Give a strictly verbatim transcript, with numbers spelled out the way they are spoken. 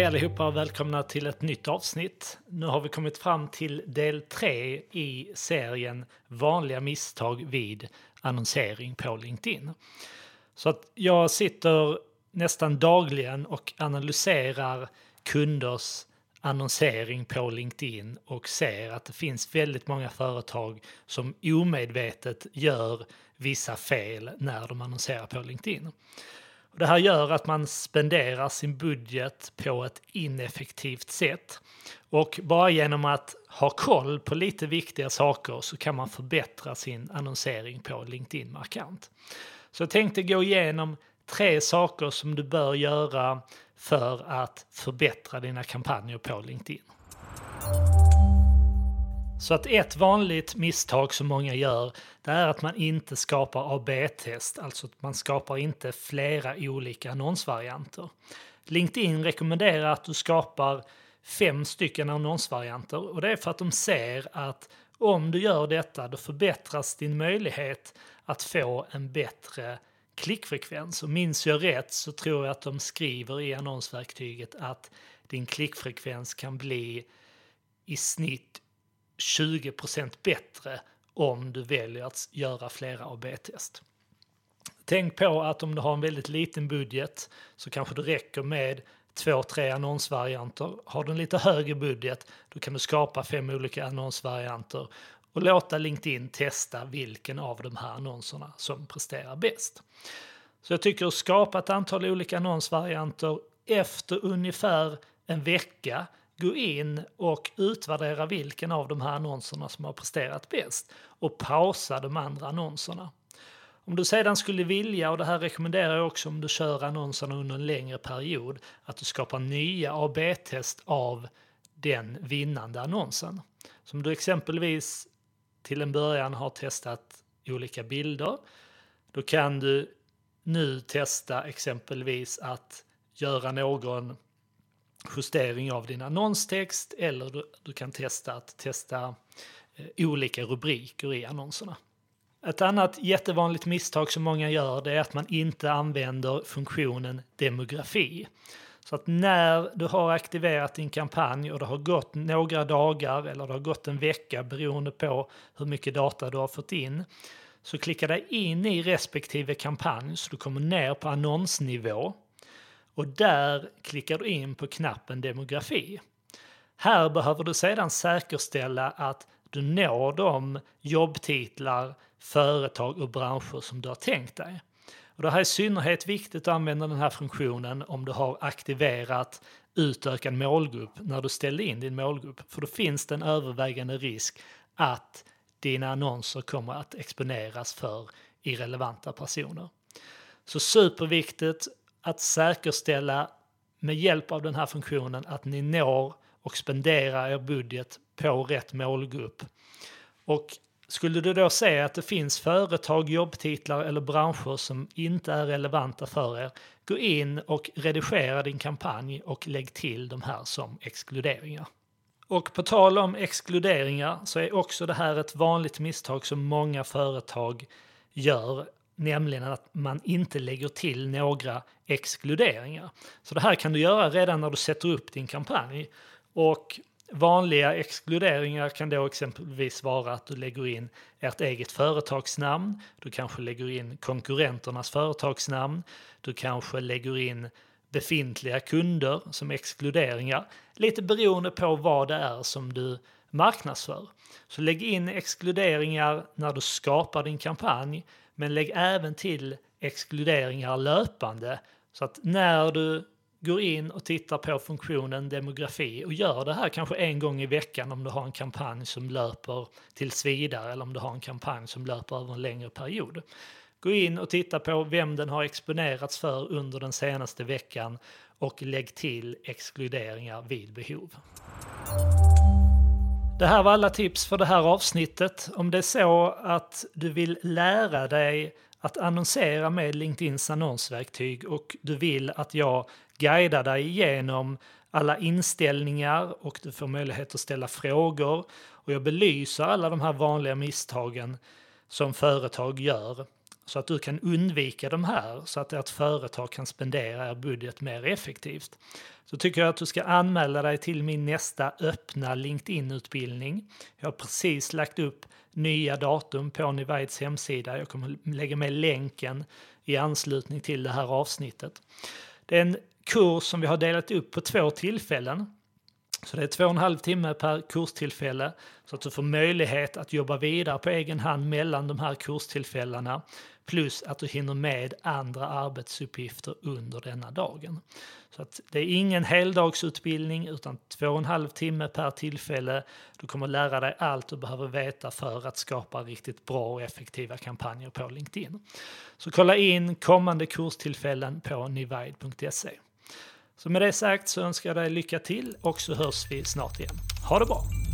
Hej allihopa och välkomna till ett nytt avsnitt. Nu har vi kommit fram till del tre i serien vanliga misstag vid annonsering på LinkedIn. Så att jag sitter nästan dagligen och analyserar kunders annonsering på LinkedIn och ser att det finns väldigt många företag som omedvetet gör vissa fel när de annonserar på LinkedIn. Det här gör att man spenderar sin budget på ett ineffektivt sätt. Och bara genom att ha koll på lite viktiga saker så kan man förbättra sin annonsering på LinkedIn markant. Så jag tänkte gå igenom tre saker som du bör göra för att förbättra dina kampanjer på LinkedIn. Så att ett vanligt misstag som många gör, det är att man inte skapar A B-test, alltså att man skapar inte flera olika annonsvarianter. LinkedIn rekommenderar att du skapar fem stycken annonsvarianter och det är för att de ser att om du gör detta då förbättras din möjlighet att få en bättre klickfrekvens. Och minns jag rätt så tror jag att de skriver i annonsverktyget att din klickfrekvens kan bli i snitt tjugo procent bättre om du väljer att göra flera A B-test. Tänk på att om du har en väldigt liten budget så kanske det räcker med två, tre annonsvarianter. Har du en lite högre budget då kan du skapa fem olika annonsvarianter och låta LinkedIn testa vilken av de här annonserna som presterar bäst. Så jag tycker att skapa ett antal olika annonsvarianter efter ungefär en vecka. Gå in och utvärdera vilken av de här annonserna som har presterat bäst och pausa de andra annonserna. Om du sedan skulle vilja, och det här rekommenderar jag också om du kör annonserna under en längre period, att du skapar nya A B-test av den vinnande annonsen. Som du exempelvis till en början har testat olika bilder, då kan du nu testa exempelvis att göra någon justering av din annonstext eller du, du kan testa att testa eh, olika rubriker i annonserna. Ett annat jättevanligt misstag som många gör det är att man inte använder funktionen demografi. Så att när du har aktiverat din kampanj och det har gått några dagar eller det har gått en vecka beroende på hur mycket data du har fått in, så klickar dig in i respektive kampanj så du kommer ner på annonsnivå. Och där klickar du in på knappen demografi. Här behöver du sedan säkerställa att du når de jobbtitlar, företag och branscher som du har tänkt dig. Och det här är i synnerhet viktigt att använda den här funktionen om du har aktiverat utökad målgrupp när du ställer in din målgrupp. För då finns det en övervägande risk att dina annonser kommer att exponeras för irrelevanta personer. Så superviktigt att säkerställa med hjälp av den här funktionen att ni når och spenderar er budget på rätt målgrupp. Och skulle du då se att det finns företag, jobbtitlar eller branscher som inte är relevanta för er, gå in och redigera din kampanj och lägg till de här som exkluderingar. Och på tal om exkluderingar så är också det här ett vanligt misstag som många företag gör, nämligen att man inte lägger till några exkluderingar. Så det här kan du göra redan när du sätter upp din kampanj. Och vanliga exkluderingar kan då exempelvis vara att du lägger in ert eget företagsnamn, du kanske lägger in konkurrenternas företagsnamn, du kanske lägger in befintliga kunder som exkluderingar, lite beroende på vad det är som du marknadsför. Så lägg in exkluderingar när du skapar din kampanj, men lägg även till exkluderingar löpande så att när du går in och tittar på funktionen demografi och gör det här kanske en gång i veckan om du har en kampanj som löper tills vidare eller om du har en kampanj som löper över en längre period. Gå in och titta på vem den har exponerats för under den senaste veckan och lägg till exkluderingar vid behov. Det här var alla tips för det här avsnittet. Om det är så att du vill lära dig att annonsera med LinkedIns annonsverktyg och du vill att jag guidar dig igenom alla inställningar och du får möjlighet att ställa frågor och jag belyser alla de här vanliga misstagen som företag gör, så att du kan undvika de här så att ert företag kan spendera er budget mer effektivt. Så tycker jag att du ska anmäla dig till min nästa öppna LinkedIn-utbildning. Jag har precis lagt upp nya datum på Nivides hemsida. Jag kommer lägga med länken i anslutning till det här avsnittet. Det är en kurs som vi har delat upp på två tillfällen. Så det är två och en halv timme per kurstillfälle så att du får möjlighet att jobba vidare på egen hand mellan de här kurstillfällena plus att du hinner med andra arbetsuppgifter under denna dagen. Så att det är ingen heldagsutbildning utan två och en halv timme per tillfälle. Du kommer lära dig allt du behöver veta för att skapa riktigt bra och effektiva kampanjer på LinkedIn. Så kolla in kommande kurstillfällen på nivide punkt se. Så med det sagt så önskar jag dig lycka till och så hörs vi snart igen. Ha det bra!